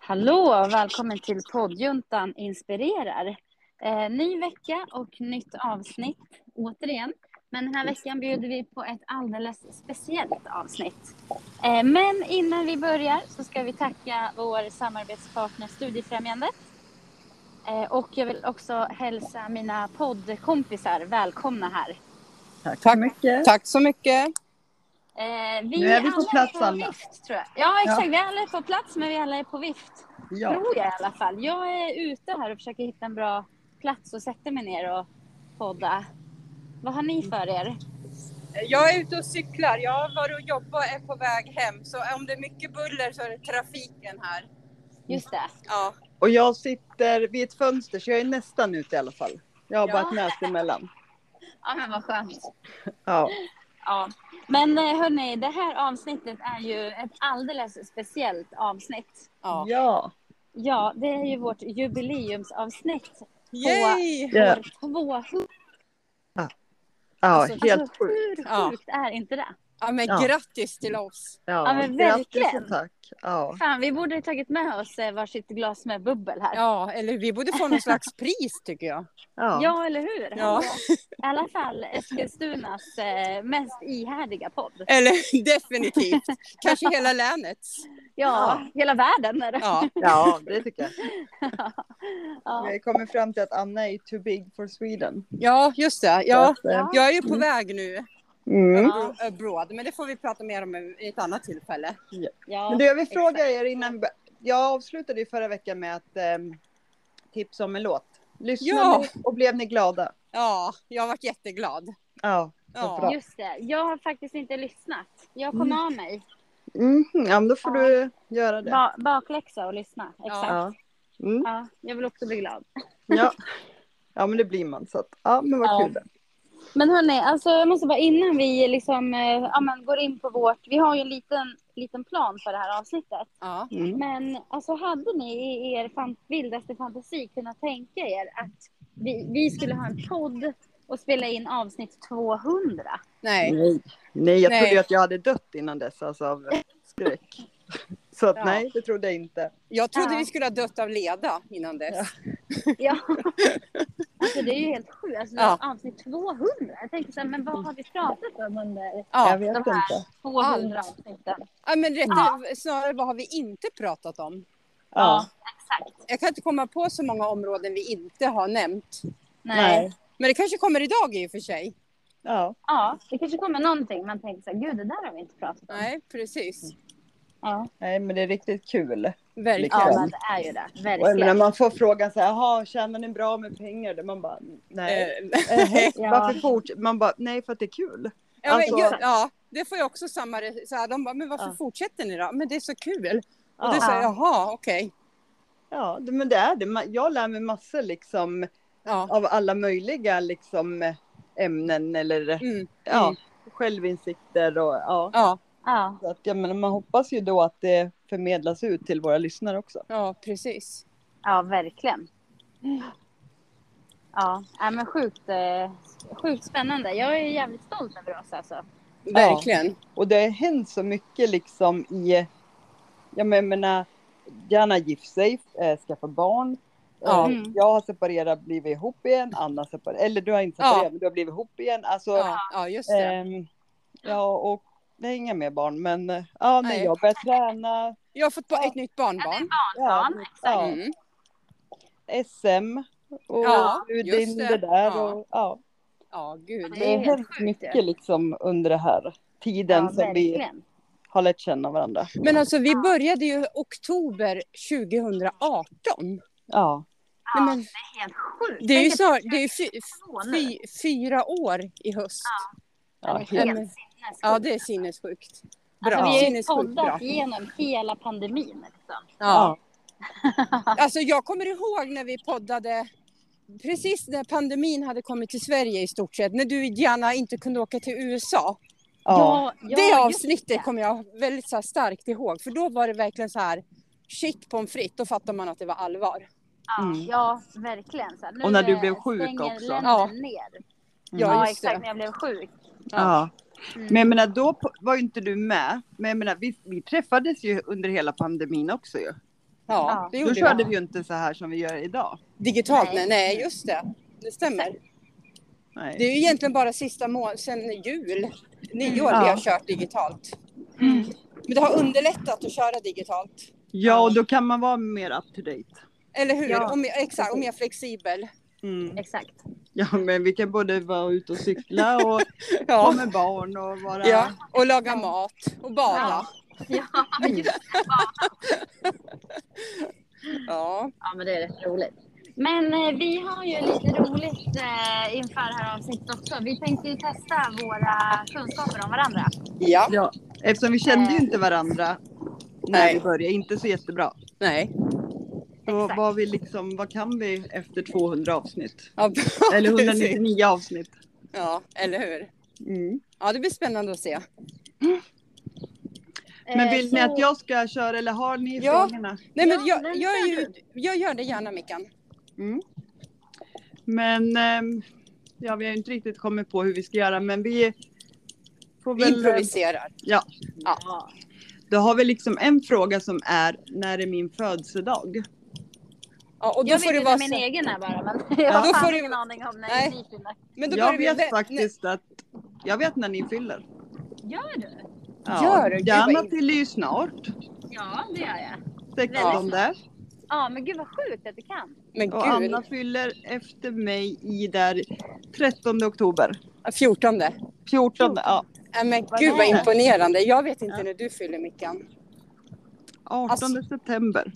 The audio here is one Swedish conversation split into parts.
Hallå och välkommen till poddjuntan Inspirerar. Ny vecka och nytt avsnitt återigen. Men den här veckan bjuder vi på ett alldeles speciellt avsnitt. Men innan vi börjar så ska vi tacka vår samarbetspartner Studiefrämjandet. Och jag vill också hälsa mina poddkompisar välkomna här. Tack så mycket. Tack så mycket. Vi Nu är vi på plats på alla. vift, tror jag. Ja, exakt. Vi alla är på plats, men vi alla är på vift. Ja. Tror jag i alla fall. Jag är ute här och försöker hitta en bra plats och sätta mig ner och podda. Vad har ni för er? Jag är ute och cyklar. Jag har varit och jobbat och är på väg hem. Så om det är mycket buller så är det trafiken här. Just det. Ja. Och jag sitter vid ett fönster så jag är nästan ute i alla fall. Jag har bara Ja. ett näste emellan. Ja, men vad skönt. Ja. Ja. Men hörni, det här avsnittet är ju ett alldeles speciellt avsnitt. Ja. Ja. Ja, det är ju vårt jubileumsavsnitt. Yay! Ja. År 200. Ja, Alltså, helt sjukt. hur Ja. sjukt är inte det? Ja, men Ja. grattis till oss. Ja, men grattis verkligen. och tack. Ja. Fan, vi borde ha tagit med oss varsitt glas med bubbel här. Ja, eller vi borde få någon slags pris tycker jag. Ja. Ja, eller hur? Ja. I alla fall Eskilstunas mest ihärdiga podd. Eller definitivt. Kanske hela länets. Ja, hela världen är det. Ja. Ja, det tycker jag. Ja. Vi kommer fram till att Anna är too big for Sweden. Ja, just det. Ja. Så att, Ja. Jag är ju på väg nu. Mm. Abroad. Men det får vi prata mer om i ett annat tillfälle. Ja, Men du, jag vill fråga exakt. er innan. Jag avslutade ju förra veckan med att tipsa om en låt. Lyssnade Ja. ni och blev ni glada? Ja, jag har varit jätteglad. Ja, Ja. vad bra. Just det. Jag har faktiskt inte lyssnat. Jag kom av mig. Ja, men då får du göra det. Bakläxa och lyssna. Exakt. Ja. Mm. Ja, jag vill också bli glad. Ja. Ja, men det blir man. Så att, ja, men vad Ja. kul. Men hörni, alltså jag måste bara innan vi liksom, går in på vårt... Vi har ju en liten plan för det här avsnittet. Ja. Mm. Men alltså hade ni i er vildaste fantasi kunnat tänka er att vi skulle ha en podd och spela in avsnitt 200? Nej. Nej, jag Nej. trodde ju att jag hade dött innan dess alltså, av skräck. Så att, Ja. nej, det trodde jag inte. Jag trodde Ja. vi skulle ha dött av leda innan dess. Ja. Alltså det är ju helt sjukt. Alltså, Ja. avsnitt 200. Jag tänkte så här, men vad har vi pratat om under Jag Ja. vet de inte. här 200 avsnitten? Ja, men snarare vad har vi inte pratat om? Ja. Exakt. Jag kan inte komma på så många områden vi inte har nämnt. Nej. Men det kanske kommer idag i och för sig. Ja. Ja, det kanske kommer någonting. Man tänker så här, gud det där har vi inte pratat om. Nej, precis. Ja, Nej, men det är riktigt kul. Verkligen. ja Liksom. men det är ju det. Och jag menar, Verkligen. man får frågan så här, jaha, tjänar ni bra med pengar? Där man bara, nej. Ja. Varför fortsätter? Man bara, nej, för att det är kul. Ja, men, Alltså- ja, det får jag också samma... Så här, de bara, men varför Ja. fortsätter ni då? Men det är så kul. Och Ja. det säger Ja. jaha, okej. Ja, men det är det. Jag lär mig massor liksom Ja. av alla möjliga liksom ämnen eller Mm. ja, Mm. självinsikter och ja. Ja. Ja, Så att, jag menar, man hoppas ju då att det förmedlas ut till våra lyssnare också. Ja, precis. ja verkligen. Ja, men sjukt spännande. Jag är jävligt stolt över oss alltså. Verkligen. Och det har hänt så mycket liksom i, jag menar, gärna gift sig, skaffa barn. Ja. Mm. Jag har separerat, blivit ihop igen. Anna separerat, eller du har inte separerat, Ja. men du har blivit ihop igen. Alltså, Ja, just det. ja, och det är inga mer barn, men ja, när Nej. jag börjar träna. Jag har fått ett nytt barnbarn. Ja, ja, Mm. SM och Ja, nu just din det. det där. Ja. Och, ja. Ja, gud. Det Det är har helt hänt sjukt, mycket ja. liksom under det här tiden Ja, som vi verkligen. har lärt känna varandra. Men alltså vi började ju oktober 2018. Ja, Nej, men Det är helt sjukt. det är ju Tänk snart, att det är ju nu. 4 år i höst. Det ja, är helt, helt men- sinnessjukt. Ja, det är sinnessjukt. Bra. Alltså, vi har ju Sinnessjukt poddat bra. igenom hela pandemin. Liksom. Ja. Alltså jag kommer ihåg när vi poddade precis när pandemin hade kommit till Sverige i stort sett. När du gärna inte kunde åka till USA. ja, Det just avsnittet det. kommer jag väldigt så här starkt ihåg. För då var det verkligen så här shit pommes frites. Då fattar man att det var allvar. Ja, Mm. ja verkligen. Så här, nu Och när du blev sjuk stänger också. länder Ja. ner. Ja, Ja, just exakt. det. När jag blev sjuk. ja. Mm. Men jag menar, då var ju inte du med. Men jag menar, vi träffades ju under hela pandemin också ju. Ja, det Då gjorde körde vi. vi ju inte så här som vi gör idag. Digitalt, Nej. nej just det. Det stämmer. Nej. Det är ju egentligen bara sista månaden sen jul, nyår, Ja. vi har kört digitalt. Mm. Men det har underlättat att köra digitalt. Ja, och då kan man vara mer up to date. Eller hur? Ja, Exakt, och mer flexibel. Mm. Exakt. Ja, men vi kan både vara ute och cykla och Ja. vara med barn och vara... Ja, och laga mat och bada. Ja, just det. Ja. Ja, men det är rätt roligt. Men vi har ju lite roligt inför det här avsnittet också. Vi tänkte ju testa våra kunskaper om varandra. Ja. Ja, eftersom vi kände ju inte varandra när Nej. vi började, inte så jättebra. Nej. Då Exakt. var vi liksom, vad kan vi efter 200 avsnitt? Ja, Eller precis. 199 avsnitt. Ja, eller hur? Mm. Ja, det blir spännande att se. Men vill ni Så- att jag ska köra eller har ni Ja. frågorna? Nej, men Ja, den kör jag gör det gärna, Mickan. Mm. Men ja, vi har inte riktigt kommit på hur vi ska göra, men vi får Vi väl... improviserar. Ja, Ja. då har vi liksom en fråga som är, när är min födelsedag? Ja, och då Jag får vet det ju vara när min så... egen är bara, men Ja, jag har då fan får det- ingen aning om när Nej. ni fyller. Men då Jag börjar vi vet faktiskt att, jag vet när ni fyller. Gör du? Ja, Gör du? Gud, Diana vad- fyller ju snart. Ja, det gör jag. 16. Ja, men gud vad sjukt att du kan. Men Och gud, Anna fyller efter mig i där 13 oktober. 14. 14, ja. Men Vad gud vad är det? imponerande. Jag vet inte Ja. när du fyller, Mickan. 18 Alltså- september.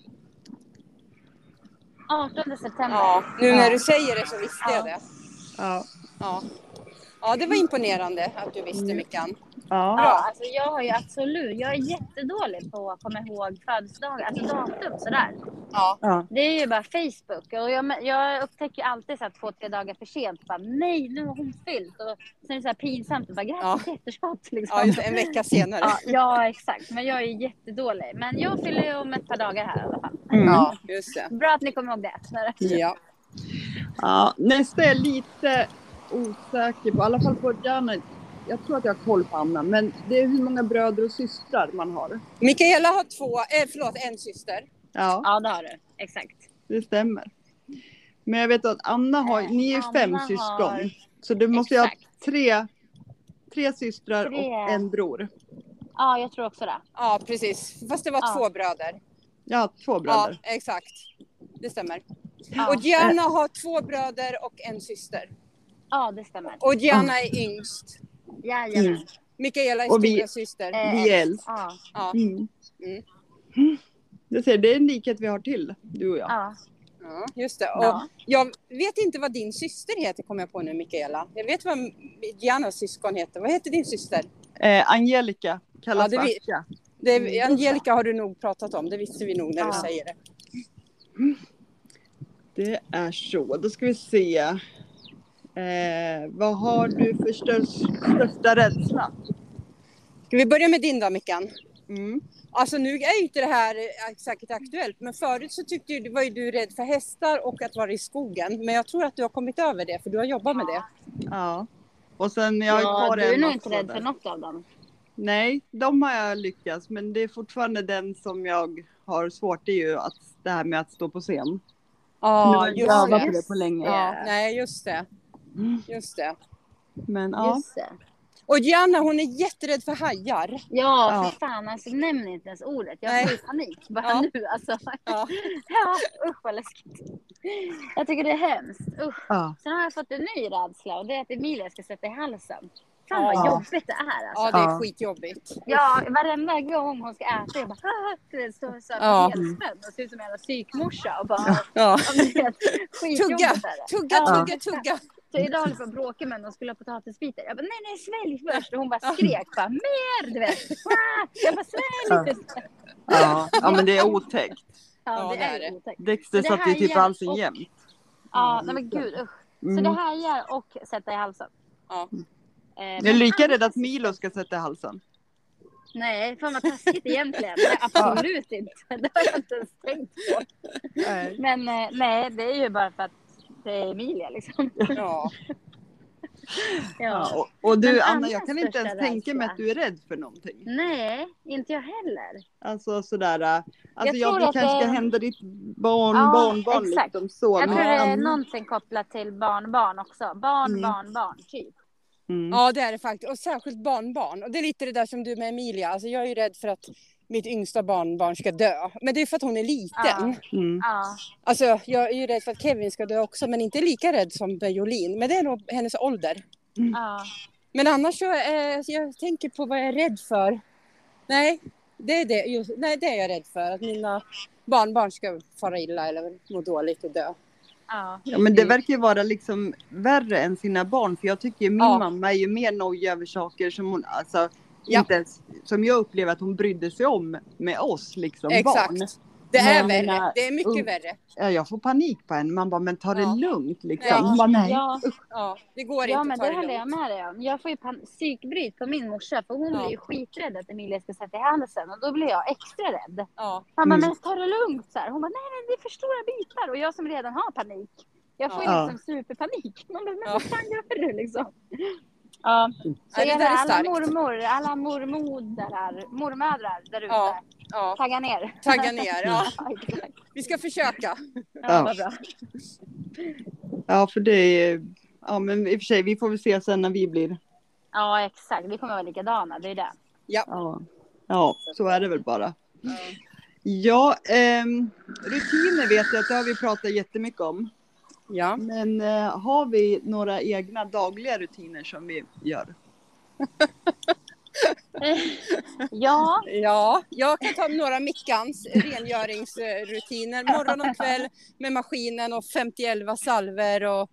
18 september. Ja, nu Ja. när du säger det så visste jag Ja. det. Ja. Ja. Ja, det var imponerande att du visste, Mickan. Ja. Ja, alltså jag har ju absolut, jag är jättedålig på att komma ihåg födelsedagar, alltså datum sådär. Ja. Ja. Det är ju bara Facebook och jag upptäcker alltid så här 2-3 dagar för sent. Bara, nej, nu har hon fyllt. Och sen är det så här pinsamt och bara grattis i efterskott. Liksom. Ja, just det, en vecka senare. Ja, exakt. Men jag är jättedålig. Men jag fyller ju om ett par dagar här i alla fall. Mm. Ja, just det. Bra att ni kommer ihåg det. Ja. Ja, nästa är jag lite osäker på, i alla fall på Diana. Jag tror att jag har koll på Anna, men det är hur många bröder och systrar man har. Mikaela har en syster. Ja, Ja, det har du. Exakt. det stämmer. Men jag vet att Anna har, ni är Anna 5 har- syskon. Så du måste ju ha Exakt. tre systrar 3. och en bror. Ja, jag tror också det. Ja, precis. Fast det var Ja. 2 bröder. Ja, 2 bröder. Ja, exakt. Det stämmer. Ja, Och Diana har 2 bröder och en syster. ja det stämmer. Och Diana är yngst. Jajamän. Mm. Mikaela är Och vi- stora syster. Vi är äldst. Ja, Ja. Mm. Mm. Det är en likhet vi har till, du och jag. ja. Ja, just det. Och Ja. jag vet inte vad din syster heter, kommer jag på nu, Mikaela. Jag vet vad Dianas syskon heter. Vad heter din syster? Angelica kallas Ja, det vet- Ascha. Angelica har du nog pratat om. Det visste vi nog när du Ja. säger det. Det är så. Då ska vi se. Vad har du för största rädsla? Ska vi börja med din då, Mickan? Mm. Alltså nu är ju inte det här säkert aktuellt, men förut så var ju du rädd för hästar och att vara i skogen. Men jag tror att du har kommit över det, för du har jobbat med det. Ja. Och sen jag har Ja, kvar du är en nog också inte rädd där. för något av dem. Nej, de har jag lyckats. Men det är fortfarande den som jag har svårt. Det är ju det här med att stå på scen. Ja, jag just har det. övat på det på länge. Ja, nej, just det. Mm. Just det. Men ja. Just det. Och Diana, hon är jätterädd för hajar. Ja, Ja. för fan. Alltså, nämn inte ens ordet. Jag Nej. får ju panik. Bara Ja. nu alltså. Ja. Ja, usch vad läskigt. Jag tycker det är hemskt. Usch. Ja. Sen har jag fått en ny rädsla och det är att Emilia ska sätta i halsen. Fan vad Ja. jobbigt det är alltså. Ja, det är Ja. skitjobbigt. Ja, varenda gång hon ska äta, jag bara det står så här Ja. helspänd och ser ut som en jävla psykmorsa och bara Ja. skitjobbigt Tugga, är det. tugga, Ja. tugga. Så idag höll jag på att bråka med henne och skulle ha potatisbitar. Jag bara nej svälj först och hon bara skrek bara mer du vet. Jag bara svälj inte. Ja, men det är otäckt. Ja, Ja, det är det är otäckt. Dexter Så det satt här ju typ igen halsen och- jämt. Ja, nej men gud usch. Så Mm. det här gör och sätta i halsen. Ja. Jag är lika rädd att Milo ska sätta i halsen. Nej, fan vad taskigt egentligen. Nej, absolut inte. Det har jag inte ens tänkt på. Nej. Men nej, det är ju bara för att det är Emilia liksom. Ja. Ja. Och du Men Anna, jag Annas kan inte ens största tänka mig rädsla? att du är rädd för någonting. Nej, inte jag heller. Alltså sådär, alltså Jag tror det att kanske ska det- hända ditt Ja, barnbarn exakt. liksom så. Jag tror det är Men, någonting kopplat till barn också. Barn, typ. Ja, det är det faktiskt. Och särskilt barnbarn. Och det är lite det där som du med Emilia. Alltså jag är ju rädd för att mitt yngsta barnbarn ska dö. Men det är för att hon är liten. Ja. Alltså jag är ju rädd för att Kevin ska dö också. Men inte lika rädd som Jolin. Men det är nog hennes ålder. Ja. Men annars så jag tänker på vad jag är rädd för. Nej, det är det. Nej, det är jag rädd för. Att mina barnbarn ska fara illa eller må dåligt och dö. Ja, men det verkar ju vara liksom värre än sina barn. För jag tycker min mamma är ju mer nojig över saker som hon, alltså, inte ens, som jag upplever att hon brydde sig om med oss liksom. Exakt. Barn. Det är Men värre. Det är mycket värre. Ja, jag får panik på henne. Man bara, men ta det lugnt liksom. Nej. Hon bara, nej. Ja, det går Ja, inte men att ta det det håller jag lugnt. med dig om. Jag får ju psykbryt på min morsa, för hon blir ju skiträdd att Emilia ska sätta i halsen, och då blir jag extra rädd. Ja. Han bara, men ta det lugnt så här. Hon bara, nej, det är för stora bitar. Och jag som redan har panik. Jag får ju liksom superpanik. Man bara, men vad fan gör du liksom? Ja, så Ja, det är där är alla starkt. alla mormödrar där ute. Ja. Tagga ner. Tagga ner, ja. Ja, exakt. Vi ska försöka. Ja, vad bra. Ja, för det är, ja men i och för sig, vi får väl se sen när vi blir. Ja, exakt. Vi kommer vara likadana, det är det. Ja, så är det väl bara. Ja, rutiner vet jag att det har vi pratat jättemycket om. Ja. Men har vi några egna dagliga rutiner som vi gör? Ja. Ja, jag kan ta några Mickans rengöringsrutiner. Morgon och kväll med maskinen och 50-11 salver och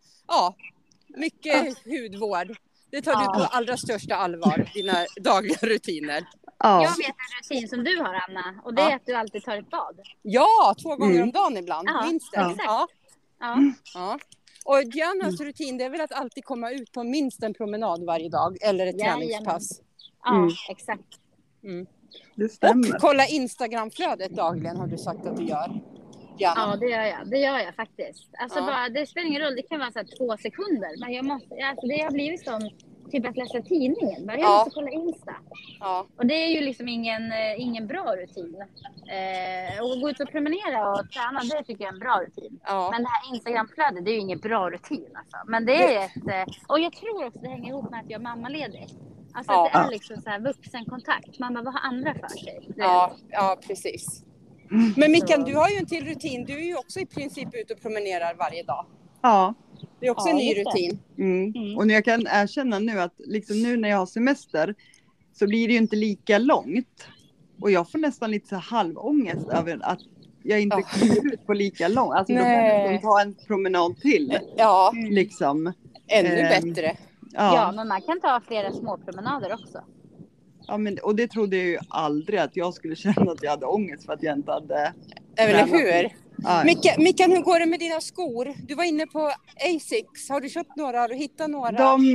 mycket hudvård. Det tar du på allra största allvar, dina dagliga rutiner. Ja. Jag vet en rutin som du har, Anna, och det är att du alltid tar ett bad. Ja, 2 gånger om dagen ibland, minst det. Exakt. Ja. Och Dianas rutin, det är väl att alltid komma ut på minst en promenad varje dag eller ett träningspass. Ja, exakt. Det stämmer. Och kolla Instagramflödet dagligen har du sagt att du gör. Diana. Ja, det gör jag faktiskt. Alltså bara, det spelar ingen roll, det kan vara så här 2 sekunder. Men jag måste, alltså det har blivit som typ att läsa tidningen. Bara, jag måste kolla Insta. Ja. Och det är ju liksom ingen bra rutin. Och gå ut och promenera och träna, det tycker jag är en bra rutin. Ja. Men det här Instagramflödet, det är ju ingen bra rutin. Alltså. Men det är och jag tror också det hänger ihop med att jag är mammaledig. Alltså att det är liksom så här vuxenkontakt. Mamma, vad har andra för sig? Ja, precis. Men Mickan, du har ju en till rutin. Du är ju också i princip ute och promenerar varje dag. Ja. Det är också en ny rutin. Och jag kan erkänna nu att liksom nu när jag har semester så blir det ju inte lika långt. Och jag får nästan lite så halvångest över att jag inte kommer ut på lika långt. Alltså då måste man ta en promenad till. Ja, liksom. Ännu bättre. Ja, men man kan ta flera små promenader också. Ja, men, och det trodde jag ju aldrig att jag skulle känna att jag hade ångest för att jag inte hade. Eller hur? Ja. Mickan, hur går det med dina skor? Du var inne på Asics. Har du köpt några? Har du hittat några?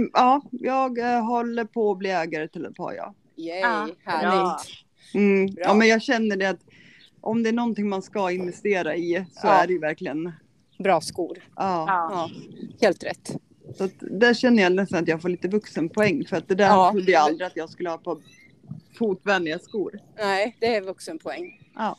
Jag håller på att bli ägare till ett par, Yay, härligt. Ja, men jag känner det att om det är någonting man ska investera i så är det ju verkligen bra skor. Ja. Helt rätt. Så att där känner jag nästan att jag får lite vuxenpoäng. För att det där trodde jag aldrig att jag skulle ha på fotvänliga skor. Nej, det är vuxenpoäng.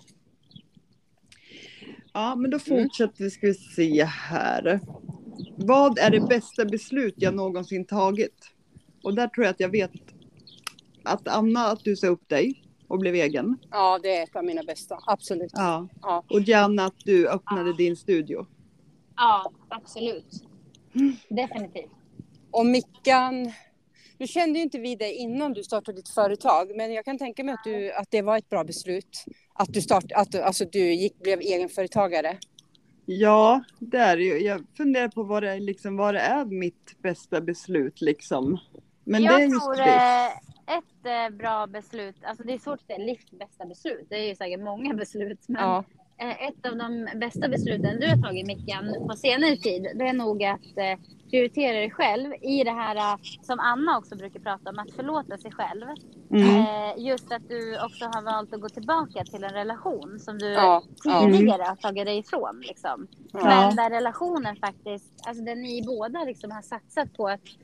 Ja, men då fortsätter vi, ska vi se här. Vad är det bästa beslut jag någonsin tagit? Och där tror jag att jag vet att Anna, att du sa upp dig och blev egen. Ja, det är ett av mina bästa. Absolut. Ja. Och Diana, att du öppnade din studio. Ja, absolut. Definitivt. Och Mickan, nu kände ju inte vi dig innan du startade ditt företag, men jag kan tänka mig att det var ett bra beslut att du blev egenföretagare. Ja, det är ju. Jag funderar på vad det är mitt bästa beslut liksom. Men jag det är just tror det. Ett bra beslut, alltså det är svårt att säga livs bästa beslut. Det är ju säkert många beslut, men ett av de bästa besluten du har tagit, Mickan, på senare tid, det är nog att prioritera dig själv i det här som Anna också brukar prata om, att förlåta sig själv. Just att du också har valt att gå tillbaka till en relation som du tidigare har tagit dig ifrån. Liksom. Men där relationen faktiskt, alltså där ni båda liksom har satsat på att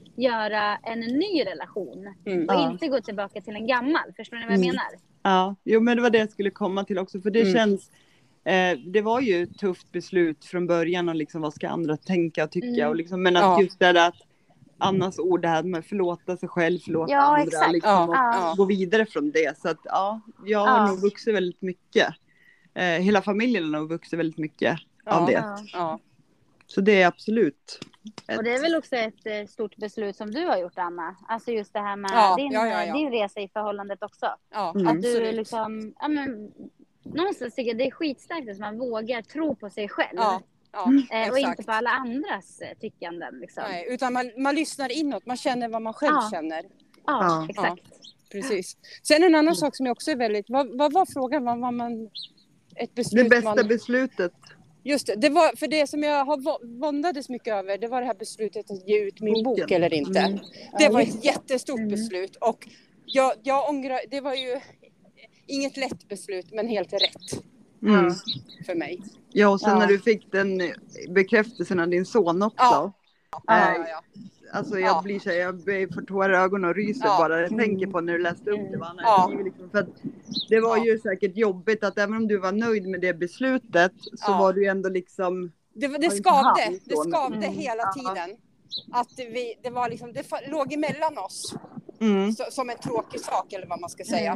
göra en ny relation. Och Ja. inte gå tillbaka till en gammal. Förstår ni vad jag menar? Ja, jo men det var det jag skulle komma till också. För det känns, det var ju ett tufft beslut från början. Och liksom vad ska andra tänka och tycka. Och liksom, men att just det där att Annas ord, det här med förlåta sig själv, förlåta andra. Exakt. Liksom, och gå vidare från det. Så att jag har nog vuxit väldigt mycket. Hela familjen har nog vuxit väldigt mycket av det. Ja. Så det är absolut. Och det är väl också ett stort beslut som du har gjort, Anna. Alltså just det här med din resa i förhållandet också. Ja, att du liksom, någonstans tycker jag det är skitstarkt att man vågar tro på sig själv. Och inte på alla andras tyckanden. Liksom. Nej, utan man lyssnar inåt, man känner vad man själv känner. Ja, exakt. Precis. Sen en annan sak som jag också är väldigt, vad var frågan? Vad var man, ett beslut det bästa beslutet. Just det var, för det som jag har våndades mycket över, det var det här beslutet att ge ut min bok eller inte. Det var ett jättestort beslut och jag ångrar, det var ju inget lätt beslut men helt rätt för mig. Ja, och sen när du fick den bekräftelsen av din son också. Alltså jag blir så jag får tårar i ögonen och ryser bara jag tänker på när du läste upp det. Liksom, för att det var ju säkert jobbigt att även om du var nöjd med det beslutet så var du ändå liksom... Det skavde hela tiden. Att det var liksom, det låg emellan oss. Som en tråkig sak eller vad man ska säga.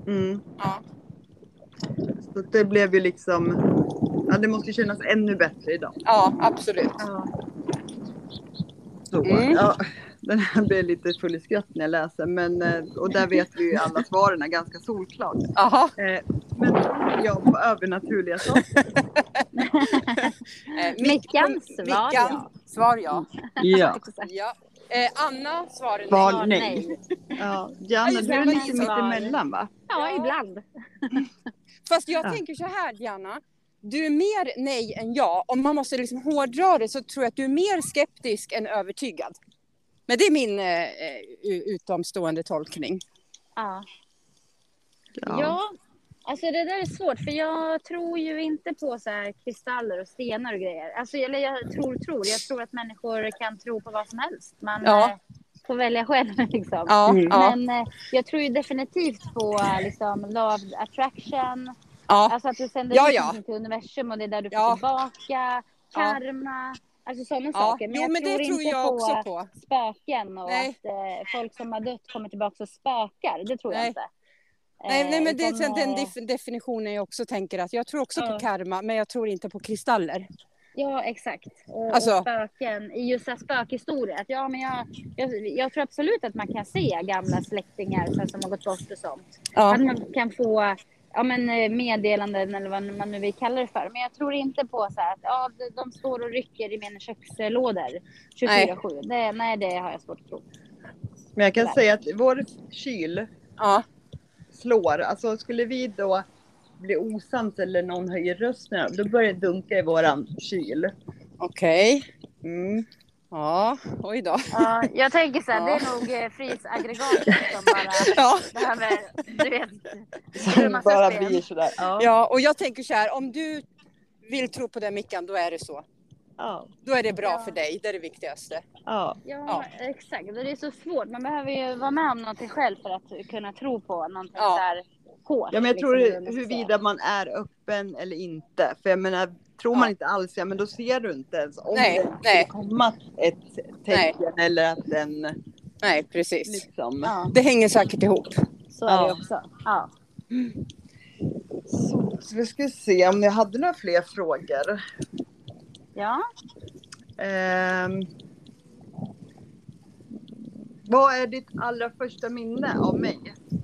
Så det blev ju liksom... Ja, det måste kännas ännu bättre idag. Ja, absolut. Så, den här blir lite full i skratt när jag läser. Men, och där vet vi ju alla svaren är ganska solklart. Men jag på övernaturliga saker. Mickan, svar ja. Anna, svar nej. Ja, Diana, du är lite mitt emellan va? Ja, ibland. Fast jag tänker så här, Diana. Du är mer nej än ja. Om man måste liksom hårdra det så tror jag att du är mer skeptisk än övertygad. Men det är min utomstående tolkning. Ja, alltså det där är svårt. För jag tror ju inte på så här kristaller och stenar och grejer. Alltså, eller jag tror att människor kan tro på vad som helst. Man får välja själv liksom. Men jag tror ju definitivt på liksom love attraction. Alltså att du sänder ut till universum och det är där du får tillbaka. Karma. Alltså sådana saker. Men jag tror inte på spöken och att folk som har dött kommer tillbaka och spökar. Det tror jag inte. Nej, men det är den definitionen jag också tänker att jag tror också på karma, men jag tror inte på kristaller. Ja, exakt. Och spöken, i just spökhistorier. Att jag tror absolut att man kan se gamla släktingar så som har gått bort och sånt. Att man kan få meddelanden eller vad man nu vill kalla det för. Men jag tror inte på så här att de står och rycker i mina kökslådor 24/7. Nej, det har jag svårt att tro. Men jag kan säga att vår kyl slår. Alltså skulle vi då bli osams eller någon höjer rösten, då börjar det dunka i våran kyl. Okej. Ja, oj då. Ja, jag tänker så här, det är nog frysaggregatet som bara det här med, du vet, som bara blir sådär. Ja, och jag tänker så här, om du vill tro på den Mickan, då är det så. Då är det bra för dig, det är det viktigaste. Ja, exakt. Det är så svårt. Man behöver ju vara med om någonting själv för att kunna tro på någonting så här hårt. Ja, men jag tror huruvida man är öppen eller inte. För jag menar, tror man inte alls, men då ser du inte ens om det kommer ett tecken eller att den... Nej, precis. Liksom. Det hänger säkert ihop. Så är det också. Så vi ska se om ni hade några fler frågor. Ja. Vad är ditt allra första minne av mig?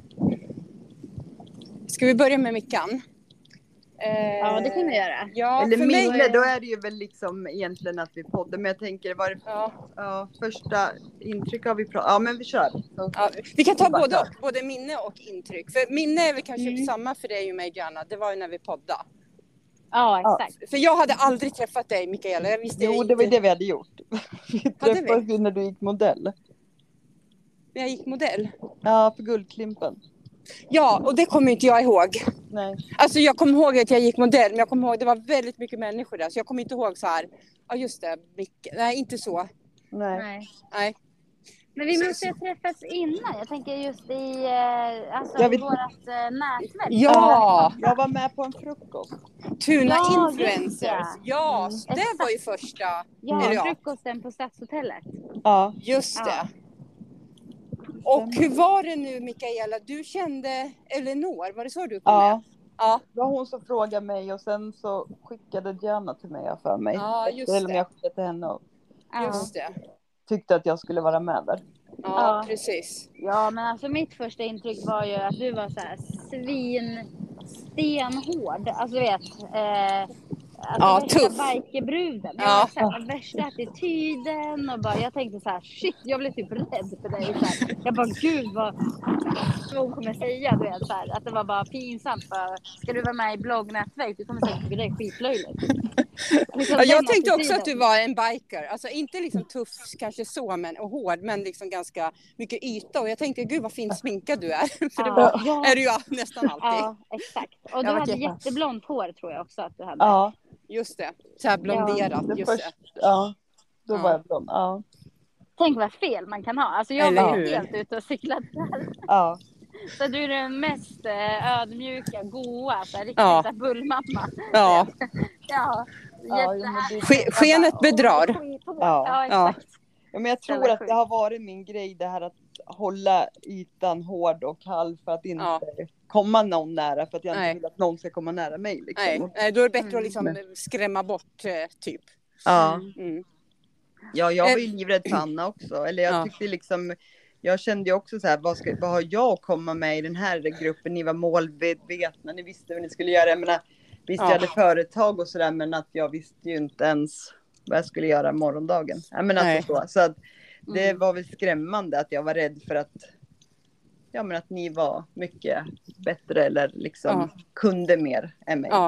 Ska vi börja med Mickan? Ja, det kan vi göra. Ja, eller minne, då är det ju väl liksom egentligen att vi poddar. Men jag tänker, vad är det första intryck har vi pratat. Ja, men vi kör. Vi kan ta både minne och intryck. För minne är väl kanske samma för dig och mig, Diana. Det var ju när vi poddade. Ja, exakt. För jag hade aldrig träffat dig, Mikaela. Det var det vi hade gjort. Vi träffades när du gick modell. Jag gick modell? Ja, för Guldklimpen. Ja, och det kommer inte jag ihåg. Nej. Alltså jag kommer ihåg att jag gick modell, men jag kommer ihåg att det var väldigt mycket människor där. Så jag kommer inte ihåg så här, just det, nej inte så. Nej. Men vi måste ju träffas innan. Jag tänker just i vårt nätverk. Ja, Jag var med på en frukost. Tuna Ja, influencers. just det. Ja, det exakt. var ju första. Ja, Eller ja, frukosten på Stadshotellet. Ja. just Ja. det. Och hur var det nu, Mikaela? Du kände Elinor, var det så du kom med? Ja. Det var hon som frågade mig och sen så skickade Diana till mig för mig. Ja, just Eller om det. jag skickade till henne och Just det. tyckte att jag skulle vara med där. Ja, precis. Ja, men alltså mitt första intryck var ju att du var så här stenhård. Alltså du vet, Ja, värsta tuff. bikerbruden. Ja. Ja. Värsta attityden och bara, jag tänkte så här, shit, jag blev typ rädd för dig. Så här. Jag bara, gud vad hon kommer säga, du vet så här, att det var bara pinsamt. För, ska du vara med i bloggnätverk? Du kommer säkert tycka det är skitlöjligt. Liksom Ja, jag den tänkte också attityden. att du var en biker. Alltså inte liksom tuff kanske så, men och hård, men liksom ganska mycket yta. Och jag tänkte, gud vad fint sminkad du är. För det är du ju nästan alltid. Ja, exakt. Och du Ja, hade okej. jätteblont hår tror jag också att du hade. Ja, Just det. Så här blonderat. det Just först, det. ja. Då Ja. var jag blond. Ja. Tänk vad fel man kan ha. Alltså jag Eller var hur? helt ute och cyklade där. Ja. Så du är den mest ödmjuka, goa, så här, riktigt Ja. så här bullmamma. Ja. Ja, Ja, Skenet bedrar. Ja, exakt. Ja, men jag tror Eller att det har varit min grej det här att hålla ytan hård och kall för att inte komma någon nära, för att jag inte vill att någon ska komma nära mig. Liksom. Nej, då är det bättre att liksom skrämma bort typ. Ja. Mm. Ja, jag var ju livrädd för Anna också. Eller jag tyckte liksom, jag kände ju också så här, vad har jag att komma med i den här gruppen? Ni var målmedvetna, ni visste vad ni skulle göra. Jag menar, visst, jag hade företag och sådär, men att jag visste ju inte ens vad jag skulle göra morgondagen. Jag menar, alltså så att det var väl skrämmande att jag var rädd för att, ja, men att ni var mycket bättre eller liksom kunde mer än mig.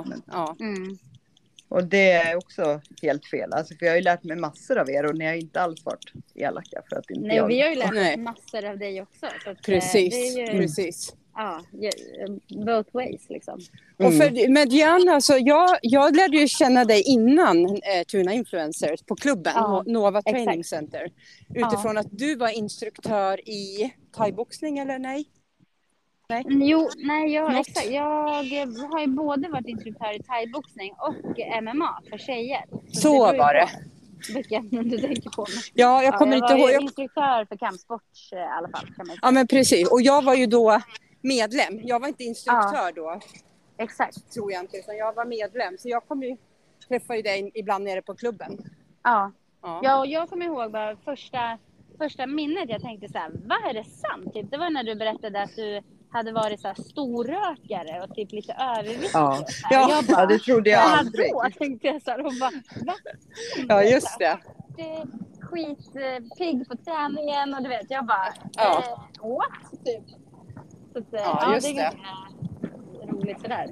Och det är också helt fel. Alltså, för jag har ju lärt mig massor av er och ni har inte alls varit elaka för att inte Nej, jag... vi har ju lärt oss massor av dig också. Så att, Precis, det är ju, precis. Ja, both ways liksom. Och med Diana, alltså, jag lärde ju känna dig innan Tuna Influencers på klubben, Nova Training Center. Utifrån att du var instruktör i thaiboxning, eller nej? Jo, nej, exakt. Jag har ju både varit instruktör i thaiboxning och MMA för tjejer. Så var det. Vilken du tänker på. Ja, jag kommer inte ihåg. Jag var instruktör för kampsport i alla fall. Kan man säga. Ja, men precis. Och jag var ju då medlem. Jag var inte instruktör då. Exakt. Tror jag inte, utan jag var medlem. Så jag kom ju, träffade ju dig ibland nere på klubben. Ja, och jag kommer ihåg bara första minnet jag tänkte så här, vad är det sant? Typ, det var när du berättade att du hade varit så här storrökare och typ lite överviktig. Ja, det trodde jag aldrig. Då tänkte jag så här, och bara, va? Ja, just det. Skitpigg på träningen och du vet, jag bara, what? Typ. Så att, just det är roligt sådär.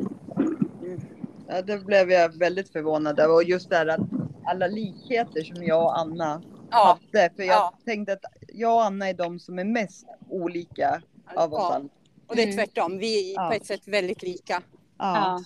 Ja, det blev jag väldigt förvånad över. Och just det här att alla likheter som jag och Anna hade. För jag tänkte att jag och Anna är de som är mest olika av oss alla. Och det är tvärtom. Vi är på ett sätt väldigt lika. Ja.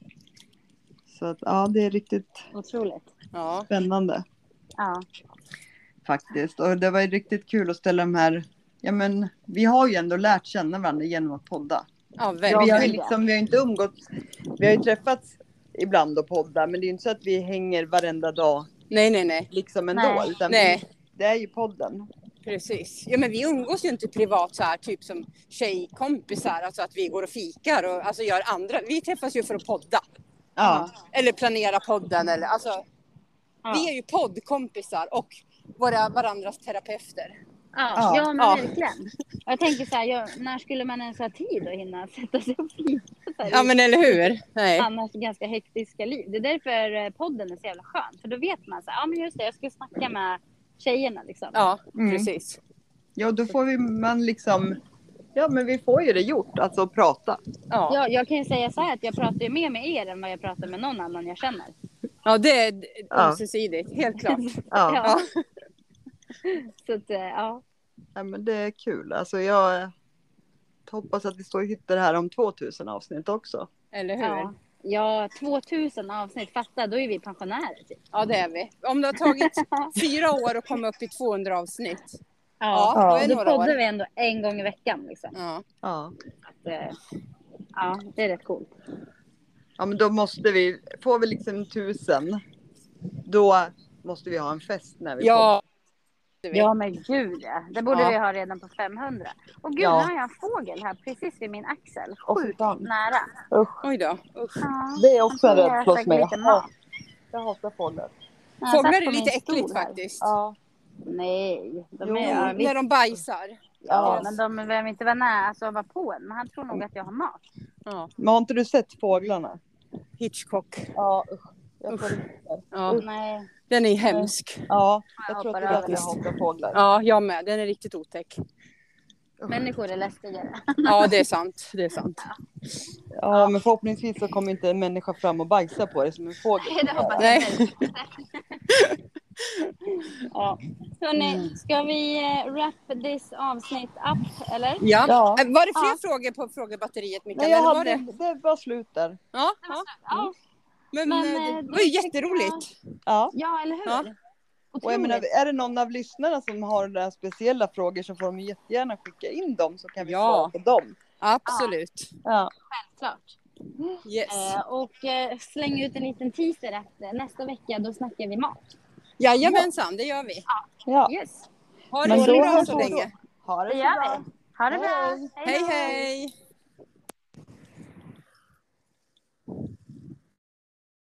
Så att, det är riktigt otroligt spännande. Ja. Faktiskt. Och det var ju riktigt kul att ställa de här. Ja, men vi har ju ändå lärt känna varandra genom att podda. Ja, vi har ju liksom, vi har inte umgåtts. Vi har ju träffats ibland och podda, men det är ju inte så att vi hänger varenda dag. Nej. Liksom ändå. Utan det är ju podden. Precis. Ja, men vi umgås ju inte privat så här, typ som tjejkompisar, alltså att vi går och fikar och alltså gör andra. Vi träffas ju för att podda. Ja. Eller planera podden eller alltså. Vi är ju poddkompisar och varandras terapeuter. Ja, men verkligen. Jag tänker så här, när skulle man ens ha tid att hinna sätta sig och fika? Ja, men eller hur? Nej. Annars ganska hektiska liv. Det är därför podden är så jävla skön. För då vet man så här, men just det, jag ska snacka med tjejerna liksom. Ja, precis. Ja, då får man liksom, men vi får ju det gjort, alltså prata. Ja, jag kan ju säga så här att jag pratar ju mer med er än vad jag pratar med någon annan jag känner. Ja, det är ömsesidigt, helt klart. Ja. Så att, ja. Nej, men det är kul. Alltså jag hoppas att vi står och hittar det här om 2000 avsnitt också. Eller hur? Ja, 2000 avsnitt, fatta, då är vi pensionärer typ. Ja, det är vi. Om det har tagit 4 år att komma upp i 200 avsnitt. Ja, då är Då några poddar år. vi ändå en gång i veckan. Liksom. Ja. Ja. Att, ja, det är rätt coolt. Ja, men då måste vi, får vi liksom 1000, då måste vi ha en fest när vi Ja. Ja, men gud ja. Det borde Ja. vi ha redan på 500. Och gud, Ja. nu har jag en fågel här precis vid min axel. Åh, fy Sjukt fan. nära. Oj då. Usch. Ja. Det är också en Han rädd får plats säkert med. lite mat. Jag hatar fåglar. Han satt Fåglar på är min lite stol äckligt här. faktiskt. Ja. Nej, de Jo, är ja, När visst. de bajsar. Ja, Ja. men de behöver inte vara nära, alltså vara på en. Men han tror nog att jag har mat. Ja. Men har inte du sett fåglarna? Hitchcock. Ja, usch. Jag får Usch. det. Ja. Nej, Den är hemsk. Ja, jag jag tror att hoppar det är över därför jag den. hatar fåglar. Ja, jag med. Den är riktigt otäck. Människor är läskigare. Ja, det är sant. Det är sant. Ja, men förhoppningsvis så kommer inte en människa fram och bajsa på det som en fågel. Det hoppas jag Nej. inte. Ja. Hörrni, ska vi wrap this avsnitt up, eller? Ja. Ja. Var det fler frågor på frågebatteriet, Mikael? Nej, jag eller var hade, det? det var slut där. Ja. Ja, Men, Men, det då var ju tycker jätteroligt. Ja. ja eller hur? Ja. Och jag menar, Otroligt. är det någon av lyssnarna som har några speciella frågor så får de jättegärna skicka in dem så kan vi Ja. svara på dem. Absolut. Ja. Självklart. Yes. Och släng ut en liten teaser att nästa vecka då snackar vi mat. Jajamensan, det gör vi. Ja. Yes, Ha det Men så då bra hörs så vi länge. Ha det det så gör bra. vi. Ha det bra. Hej då. hej!